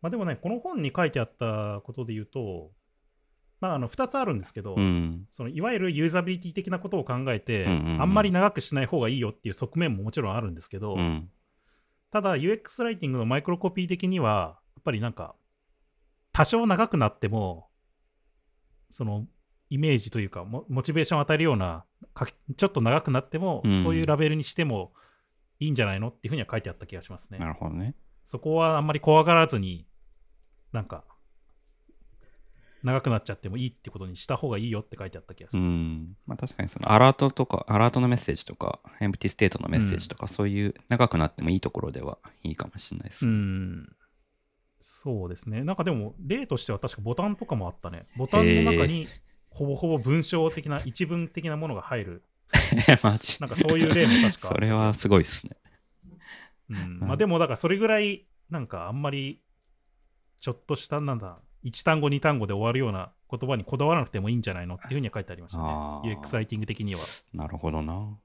まあ、でもね、この本に書いてあったことで言うと、まあ、2つあるんですけど、そのいわゆるユーザビリティ的なことを考えて、あんまり長くしない方がいいよっていう側面ももちろんあるんですけど、ただ UX ライティングのマイクロコピー的には、やっぱりなんか、多少長くなっても、そのイメージというか、モチベーションを与えるような、ちょっと長くなっても、そういうラベルにしてもいいんじゃないのっていうふうには書いてあった気がしますね。 なるほどね。 そこはあんまり怖がらずに、なんか、長くなっちゃってもいいってことにした方がいいよって書いてあった気がする。 まあ、確かにそのアラートとか、アラートのメッセージとか、エンプティステートのメッセージとか、そういう長くなってもいいところではいいかもしれないですね。 そうですね。なんかでも、例としては確かボタンとかもあったね。ボタンの中にほぼほぼ文章的な、一文的なものが入る。 マジなんかそういう例も確か。 それはすごいっすね。 まあでも、だからそれぐらい、なんかあんまり、ちょっとした、なんだ、1単語2単語で終わるような言葉にこだわらなくてもいいんじゃないのっていうふうには書いてありましたね。UX ライティング的には。 なるほどな。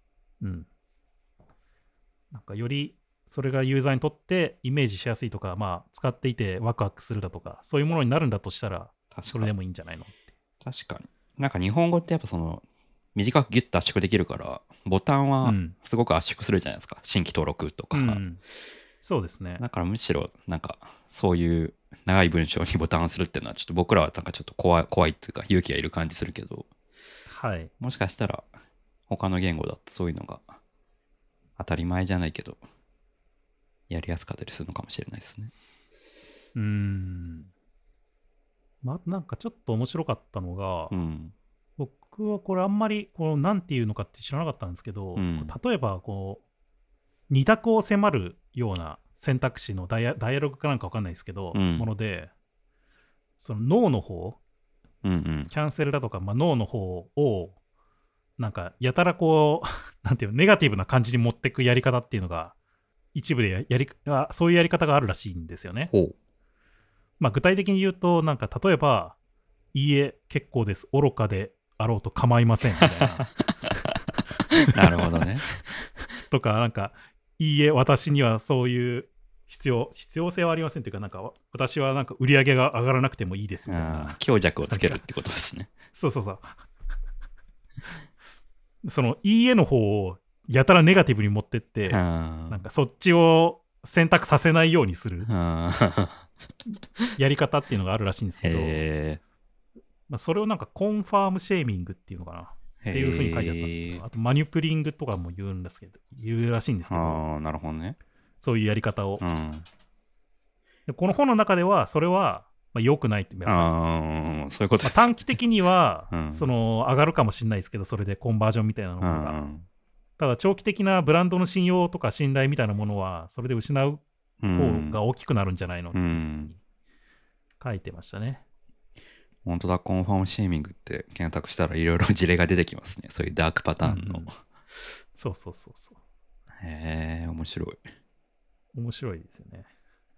なんかよりそれがユーザーにとってイメージしやすいとか、まあ使っていてワクワクするだとか、そういうものになるんだとしたら、それでもいいんじゃないのって。 確かに。なんか日本語ってやっぱその、短くギュッと圧縮できるから、ボタンはすごく圧縮するじゃないですか。新規登録とか。 そうですね。 だからむしろ、なんか、そういう長い文章にボタンをするっていうのは、ちょっと僕らはなんかちょっと怖いっていうか、勇気がいる感じするけど、もしかしたら、他の言語だとそういうのが当たり前じゃないけど、やりやすかったりするのかもしれないですね。 まあ、なんかちょっと面白かったのが、僕はこれあんまりこうなんていうのかって知らなかったんですけど、例えばこう二択を迫るような選択肢のダイアログかなんか分かんないですけど、もので、そのノーの方、キャンセルだとか、まあ、ノーの方をなんかやたらこうなんていうのネガティブな感じに持っていくやり方っていうのが一部でそういうやり方があるらしいんですよね。まあ、具体的に言うと、なんか例えば、いいえ、結構です、愚かであろうと構いませんみたいな。なるほどね。 とか、なんか、いいえ、私にはそういう必要性はありませんというか、なんか、私はなんか売り上げが上がらなくてもいいですみたいな。 強弱をつけるってことですね。 そう。その、いいえの方をやたらネガティブに持ってって、なんかそっちを選択させないようにするやり方っていうのがあるらしいんですけど、まあ、それをなんかコンファームシェーミングっていうのかなっていうふうに書いてあったんですけど、あとマニュプリングとかも言うらしいんですけど、 なるほどね。 そういうやり方を。でこの本の中ではそれはまあ良くないってそういうことです、 短期的には、その上がるかもしれないですけど、それでコンバージョンみたいなのが。ただ長期的なブランドの信用とか信頼みたいなものはそれで失う方が大きくなるんじゃないのって書いてましたね。 本当だ、コンファームシェーミングって検索したらいろいろ事例が出てきますね。そういうダークパターンの。 そう。 へえ、面白い。 面白いですよね。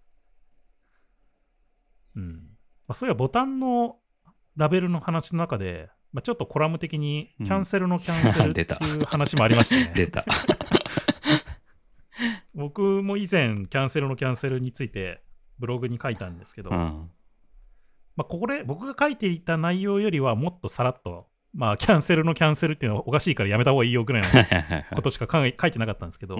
まあ、そういやボタンのラベルの話の中で、まあ、ちょっとコラム的にキャンセルのキャンセルっていう話もありましたね。 出た。 僕も以前キャンセルのキャンセルについてブログに書いたんですけど、まあ、これ僕が書いていた内容よりはもっとさらっと、まあ、キャンセルのキャンセルっていうのはおかしいからやめた方がいいよぐらいのことしか書いてなかったんですけど、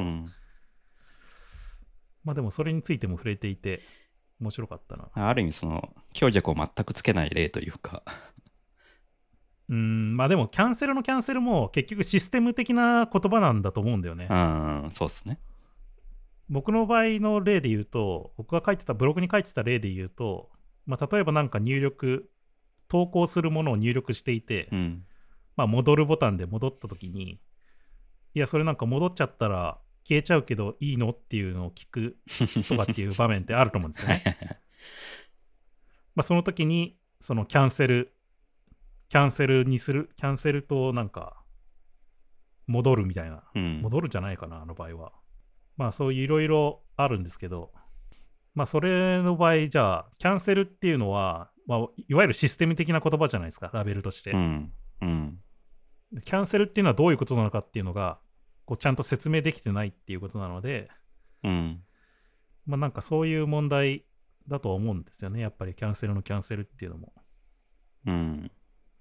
まあでもそれについても触れていて面白かったな。 ある意味その強弱を全くつけない例というかまあでもキャンセルのキャンセルも結局システム的な言葉なんだと思うんだよね。 そうですね。 僕の場合の例で言うと、僕がブログに書いてた例で言うと、まあ、例えばなんか投稿するものを入力していて、まあ戻るボタンで戻った時に、いやそれなんか戻っちゃったら消えちゃうけどいいのっていうのを聞くとかっていう場面ってあると思うんですよね。まあその時にそのキャンセルとなんか戻るみたいな、戻るじゃないかなあの場合は。まあそういういろいろあるんですけど、まあそれの場合じゃあキャンセルっていうのは、まあ、いわゆるシステム的な言葉じゃないですか、ラベルとして。キャンセルっていうのはどういうことなのかっていうのがこうちゃんと説明できてないっていうことなので、まあなんかそういう問題だとは思うんですよね。やっぱりキャンセルのキャンセルっていうのも。 うん。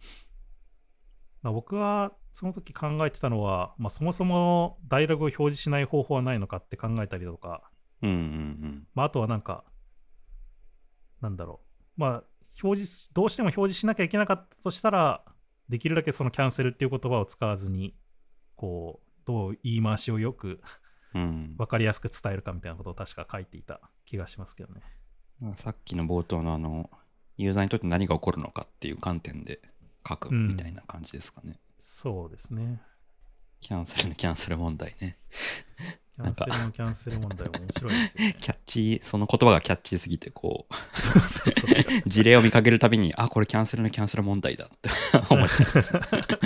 僕はその時考えてたのは、そもそもダイアログを表示しない方法はないのかって考えたりとか、 うんうんあとはなんか、なんだろう。どうしても表示しなきゃいけなかったとしたら、できるだけそのキャンセルっていう言葉を使わずに、どう言い回しをよくうん。 分かりやすく伝えるかみたいなことを確か書いていた気がしますけどね。 さっきの冒頭のユーザーにとって何が起こるのかっていう観点で書くみたいな感じですかね。 そうですね。 キャンセルのキャンセル問題ね。 キャンセルのキャンセル問題は面白いですよね。 キャッチー、その言葉がキャッチーすぎて、 そうそうそう事例を見かけるたびに、これキャンセルのキャンセル問題だって思っちゃいます。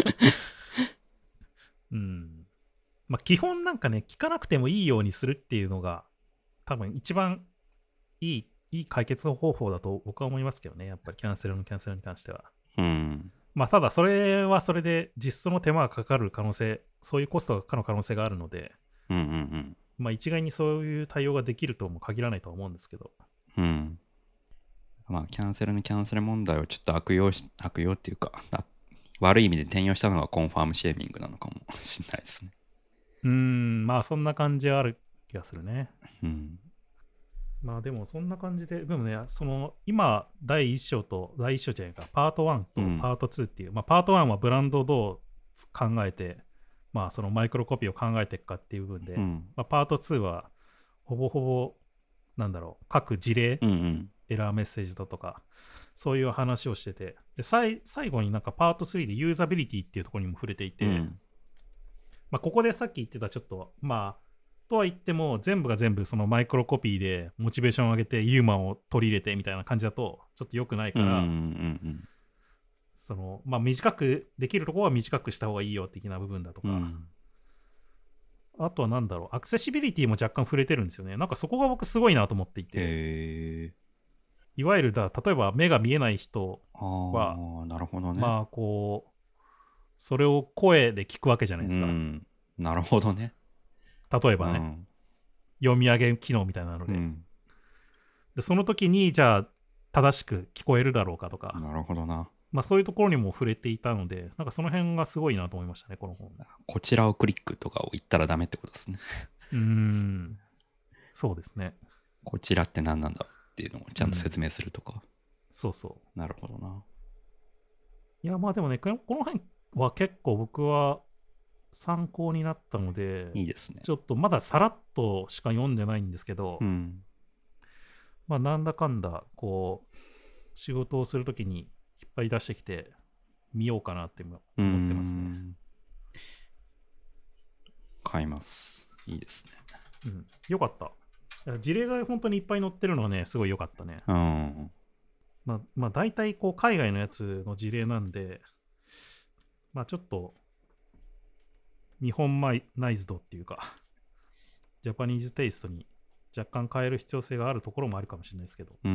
基本なんかね、聞かなくてもいいようにするっていうのが、多分一番いい解決方法だと僕は思いますけどね。やっぱりキャンセルのキャンセルに関しては。ただそれはそれで実装の手間がかかる可能性、そういうコストがかかる可能性があるので、一概にそういう対応ができるとも限らないとは思うんですけど。 キャンセルのキャンセル問題をちょっと悪用っていうか、悪い意味で転用したのがコンファームシェーミングなのかもしれないですね。 そんな感じはある気がするね。でもそんな感じで、でもね、今、第1章じゃないか、パート1とパート2っていう、パート1はブランドをどう考えて、そのマイクロコピーを考えていくかっていう部分で、パート2は、ほぼほぼ、各事例、エラーメッセージだとか、そういう話をしてて、で最後にパート3でユーザビリティっていうところにも触れていて、ここでさっき言ってたちょっと、とは言っても全部が全部そのマイクロコピーでモチベーションを上げてユーマンを取り入れてみたいな感じだとちょっと良くないから、短くできるところは短くした方がいいよ的な部分だとか、あとはアクセシビリティも若干触れてるんですよね。そこが僕すごいなと思っていて、いわゆる例えば目が見えない人はなるほどね。 それを声で聞くわけじゃないですか。 なるほどね。 例えばね、読み上げ機能みたいなので、でその時にじゃあ正しく聞こえるだろうかとか、 なるほどな。 そういうところにも触れていたので、その辺がすごいなと思いましたね、この本。 こちらをクリックとかを言ったらダメってことですね。 そうですね。 こちらって何なんだろうっていうのをちゃんと説明するとか。 そうそう。 なるほどな。 いや、でもね、この辺は結構僕は参考になったので、 いいですね。 ちょっとまださらっとしか読んでないんですけど、なんだかんだ仕事をするときに引っ張り出してきて見ようかなって思ってますね。 買います。いいですね。 よかった。事例が本当にいっぱい載ってるのはね、すごいよかったね。大体海外のやつの事例なんで、ちょっと日本ナイズドっていうか、ジャパニーズテイストに若干変える必要性があるところもあるかもしれないですけど。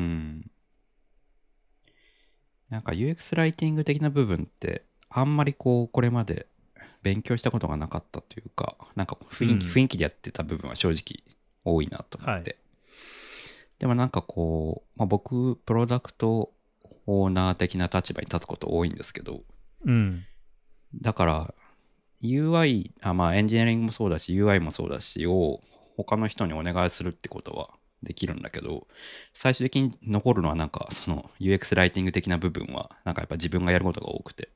UX ライティング的な部分ってあんまりこれまで勉強したことがなかったというか、雰囲気でやってた部分は正直多いなと思って。でも僕、プロダクトオーナー的な立場に立つこと多いんですけど、だから UI、エンジニアリングもそうだし UI もそうだしを他の人にお願いするってことはできるんだけど、最終的に残るのはその UX ライティング的な部分はやっぱ自分がやることが多くて、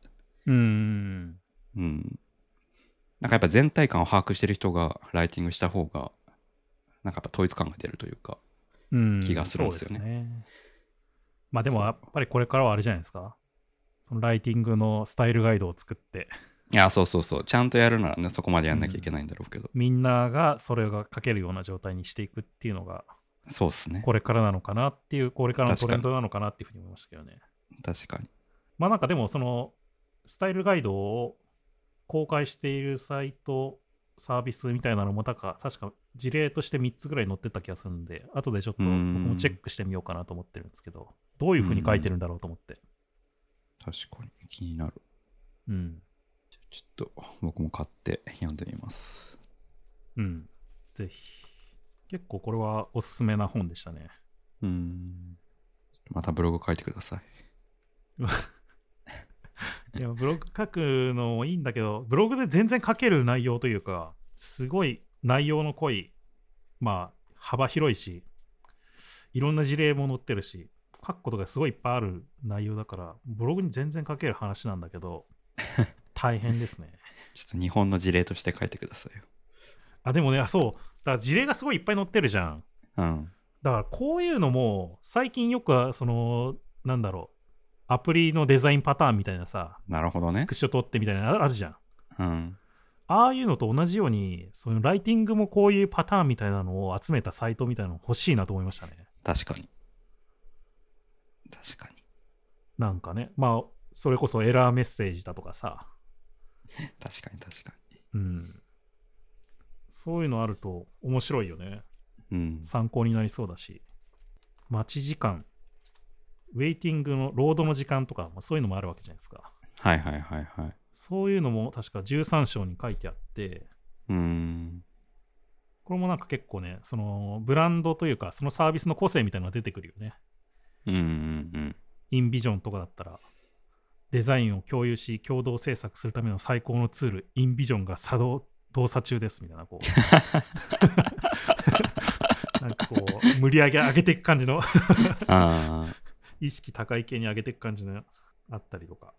やっぱ全体感を把握してる人がライティングした方がやっぱ統一感が出るというか気がするんですよね。 でもやっぱりこれからはあれじゃないですか。そのライティングのスタイルガイドを作って。 いや、そうちゃんとやるならね、そこまでやんなきゃいけないんだろうけど。 みんながそれが書けるような状態にしていくっていうのが、 そうですね。 これからなのかなっていう、これからのトレンドなのかなっていうふうに思いましたけどね。 確かに。 でもそのスタイルガイドを公開しているサイト、サービスみたいなのも確か事例として3つぐらい載ってた気がするんで、後でちょっと僕もチェックしてみようかなと思ってるんですけど、どういうふうに書いてるんだろうと思って。 確かに気になる。ちょっと僕も買って読んでみます。 ぜひ。結構これはおすすめな本でしたね。 またブログ書いてください。 いや、ブログ書くのもいいんだけど、ブログで全然書ける内容というか、すごい内容の濃い、まあ、幅広いし、いろんな事例も載ってるし、書くことがすごいいっぱいある内容だから、ブログに全然書ける話なんだけど、大変ですね。 ちょっと日本の事例として書いてくださいよ。 あ、でもね、そう。だから事例がすごいいっぱい載ってるじゃん。 うん。 だからこういうのも、最近よく、なんだろう、アプリのデザインパターンみたいなさ、 なるほどね。 スクショ撮ってみたいなのあるじゃん。 うん。 ああいうのと同じように、そのライティングもこういうパターンみたいなのを集めたサイトみたいなの欲しいなと思いましたね。 確かに。確かに。 なんかね、まあ、それこそエラーメッセージだとかさ。 確かに確かに。 うん。そういうのあると面白いよね。 うん。 参考になりそうだし。待ち時間、ウェイティングのロードの時間とか、まあ、そういうのもあるわけじゃないですか。 はいはいはいはい。 そういうのも確か13章に書いてあって、これもなんか結構ね、そのブランドというか、そのサービスの個性みたいなのが出てくるよね。インビジョンとかだったら、デザインを共有し、共同制作するための最高のツール、インビジョンが動作中ですみたいな、こう。なんかこう、無理上げていく感じの意識高い系に上げていく感じのあったりとか。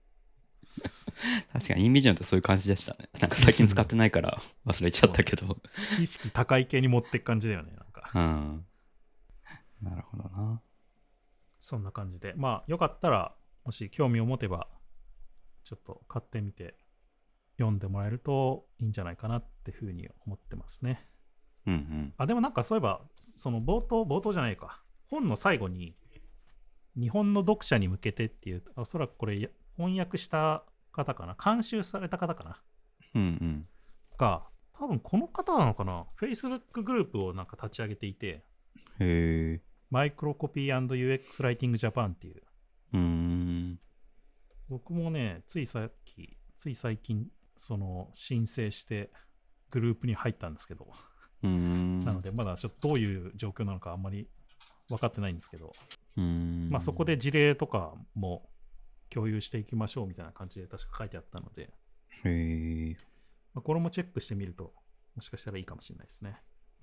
確かにインビジョンってそういう感じでしたね。なんか最近使ってないから忘れちゃったけど。 意識高い系に持っていく感じだよね、なんか。 なるほどな。 そんな感じで。まあ、よかったら、もし興味を持てば、ちょっと買ってみて、読んでもらえるといいんじゃないかなってふうに思ってますね。あ、でもなんかそういえば、その冒頭じゃないか。本の最後に、日本の読者に向けてっていう、おそらくこれ翻訳した方かな、監修された方かな、が、多分この方なのかな、Facebook グループをなんか立ち上げていて、マイクロコピー &UX ライティングジャパンっていう。僕もね、つい最近、その申請してグループに入ったんですけど、なのでまだちょっとどういう状況なのかあんまり分かってないんですけど、まあそこで事例とかも共有していきましょうみたいな感じで確か書いてあったので、まあ、これもチェックしてみるともしかしたらいいかもしれないですね。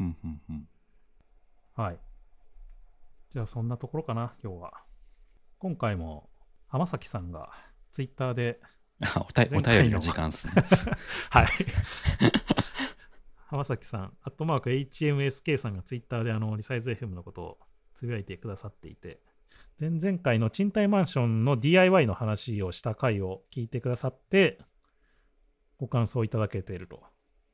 はい。じゃあそんなところかな、今日は。今回も浜崎さんがツイッターでお便りの時間ですね。 はい。浜崎さん、@HMSK さんがツイッターでリサイズ FM のことをつぶやいてくださっていて、前々回の賃貸マンションの DIY の話をした回を聞いてくださって、ご感想いただけていると。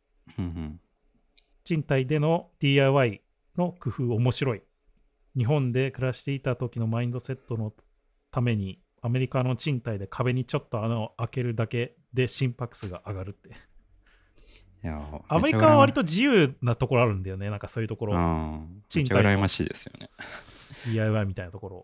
賃貸での DIY の工夫面白い。日本で暮らしていた時のマインドセットのためにアメリカの賃貸で壁にちょっと穴を開けるだけで心拍数が上がるって。 いやアメリカは割と自由なところあるんだよね。なんかそういうところ。 めっちゃ羨ましいですよね。 DIY みたいなところ。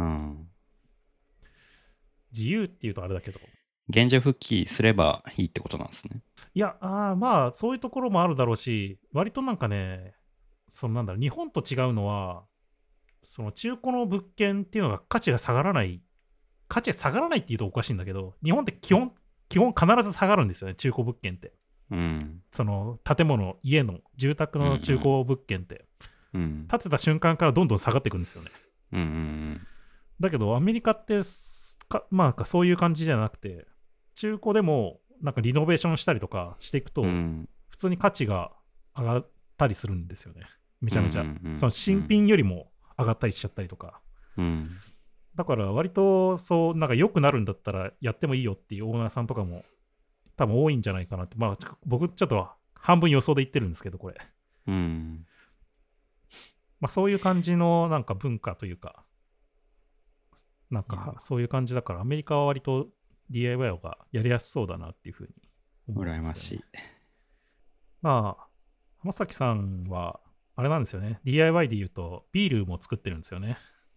自由っていうとあれだけど。 現状復帰すればいいってことなんですね。 いや、まあそういうところもあるだろうし、割となんかね、なんだろう、日本と違うのは、その中古の物件っていうのが価値が下がらない。価値が下がらないっていうとおかしいんだけど、日本って基本必ず下がるんですよね、中古物件って。その建物、家の住宅の中古物件って、建てた瞬間からどんどん下がっていくんですよね。だけどアメリカってまあそういう感じじゃなくて、中古でもなんかリノベーションしたりとかしていくと、普通に価値が上がったりするんですよね。めちゃめちゃ。その新品よりも上がったりしちゃったりとか。だから割となんか良くなるんだったらやってもいいよっていうオーナーさんとかも多分多いんじゃないかなって。まあ僕ちょっと半分予想で言ってるんですけど、これ。まあそういう感じのなんか文化というか、なんかそういう感じだからアメリカは割と DIY がやりやすそうだなっていうふうに思うんですけど、ね。羨ましい。まあ浜崎さんはあれなんですよね。DIY で言うとビールも作ってるんですよね。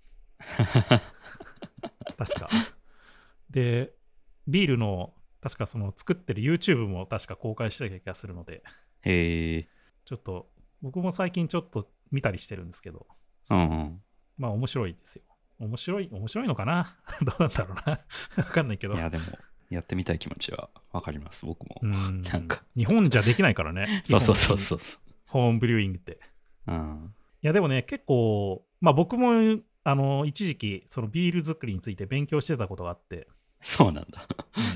確か。で、ビールの確かその作ってる YouTube も確か公開してた気がするので、ちょっと僕も最近ちょっと見たりしてるんですけど、 まあ面白いですよ。面白いのかなどうなんだろうなわかんないけど。 いや、でも、やってみたい気持ちはわかります、僕も。なんか。 日本じゃできないからね。 そうそうそうそう。 ホームブリューイングって。 うん。 いや、でもね、結構、まあ僕も、一時期、そのビール作りについて勉強してたことがあって。 そうなんだ。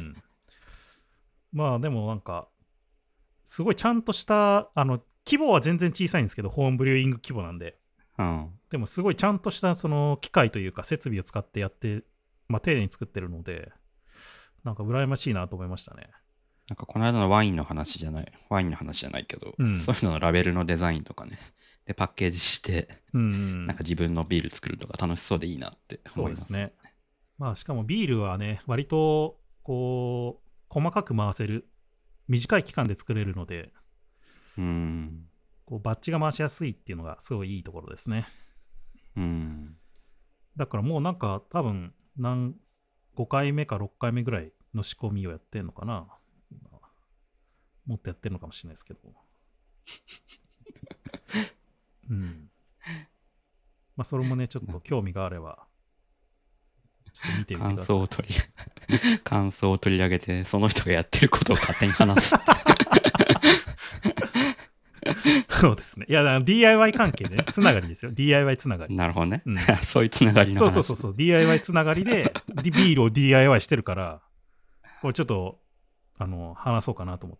まあでもなんか、すごいちゃんとした、規模は全然小さいんですけど、ホームブリューイング規模なんで。でもすごいちゃんとしたその機械というか設備を使ってやって、まあ丁寧に作ってるので、なんか羨ましいなと思いましたね。 なんかこの間のワインの話じゃないけど、そういうののラベルのデザインとかね、でパッケージして、なんか自分のビール作るとか楽しそうでいいなって思います。 そうですね。まあしかもビールはね、割とこう細かく回せる、短い期間で作れるので、こうバッチが回しやすいっていうのがすごいいいところですね。だからもうなんか多分5回目か6回目ぐらいの仕込みをやってんのかな。もっとやってるのかもしれないですけど。まあそれもね、ちょっと興味があれば、ちょっと見てみてください。 感想を取り上げて、その人がやってることを勝手に話す。 そうですね。いや、DIY 関係で、ね、つながりですよ。DIY つながり。 なるほどね。そういうつながりの話。 そう。DIY つながりで、ビールを DIY してるから、これちょっと、話そうかなと思って。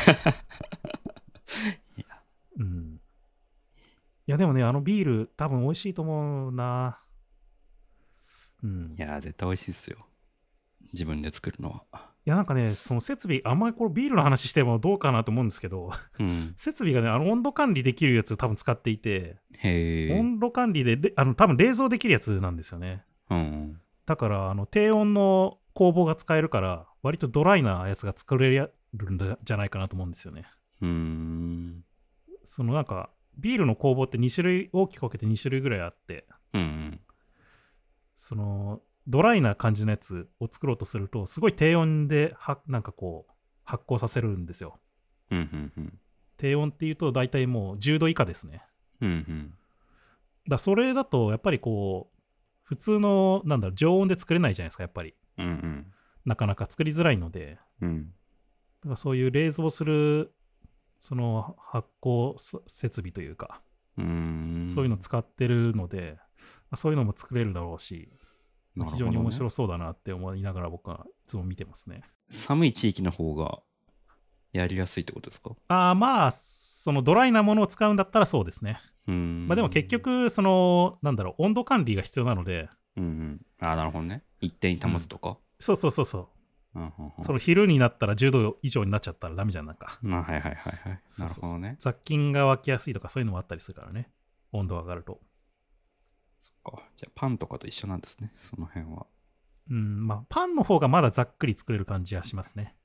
いや、でもね、ビール、多分美味しいと思うな。 いや、絶対美味しいっすよ。自分で作るのは。 いやなんかね、その設備、あんまりこれビールの話してもどうかなと思うんですけど、設備がね、温度管理できるやつを多分使っていて、温度管理で、多分冷蔵できるやつなんですよね。だから、低温の工房が使えるから、割とドライなやつが作れるんじゃないかなと思うんですよね。そのなんか、ビールの工房って2種類、大きく分けて2種類ぐらいあって、その、ドライな感じのやつを作ろうとすると、すごい低温でなんかこう発酵させるんですよ。低温っていうと大体もう10度以下ですね。だそれだとやっぱりこう普通の常温で作れないじゃないですか、やっぱり。なかなか作りづらいので、だからそういう冷蔵するその発酵設備というか、そういうの使ってるので、そういうのも作れるだろうし、非常に面白そうだなって思いながら僕はいつも見てますね。 寒い地域の方がやりやすいってことですか？ まあそのドライなものを使うんだったらそうですね。まあでも結局その温度管理が必要なので、 なるほどね。一定に保つとか。 そう。その昼になったら10度以上になっちゃったらダメじゃん、なんか。 はい。なるほどね。 雑菌が湧きやすいとかそういうのもあったりするからね。温度が上がると。 じゃあパンとかと一緒なんですね、その辺は。 まあパンの方がまだざっくり作れる感じはしますね。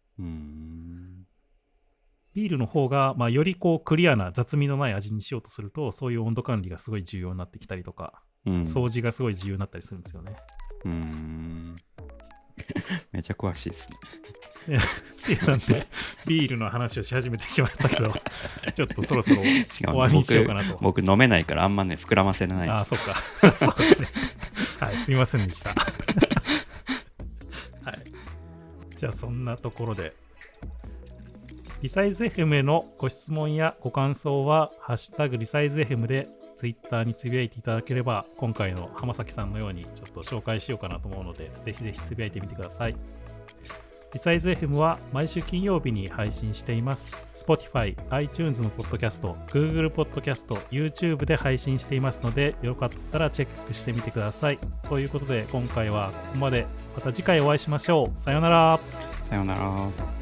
ビールの方が、まあ、よりこうクリアな雑味のない味にしようとすると、そういう温度管理がすごい重要になってきたりとか、掃除がすごい重要になったりするんですよね。 めちゃ詳しいですね。 なんでビールの話をし始めてしまったけど、ちょっとそろそろ終わりにしようかなと。 僕飲めないからあんまね膨らませないです。 そうか。そうですね。はい、すいませんでした。はい。じゃあそんなところで、リサイズ FM へのご質問やご感想はハッシュタグリサイズ FM でツイッターにつぶやいていただければ、今回の浜崎さんのようにちょっと紹介しようかなと思うので、ぜひぜひつぶやいてみてください。リサイズ FM は毎週金曜日に配信しています。Spotify、iTunes のポッドキャスト、Google ポッドキャスト、YouTube で配信していますので、よかったらチェックしてみてください。ということで今回はここまで。また次回お会いしましょう。さようなら。 さようなら。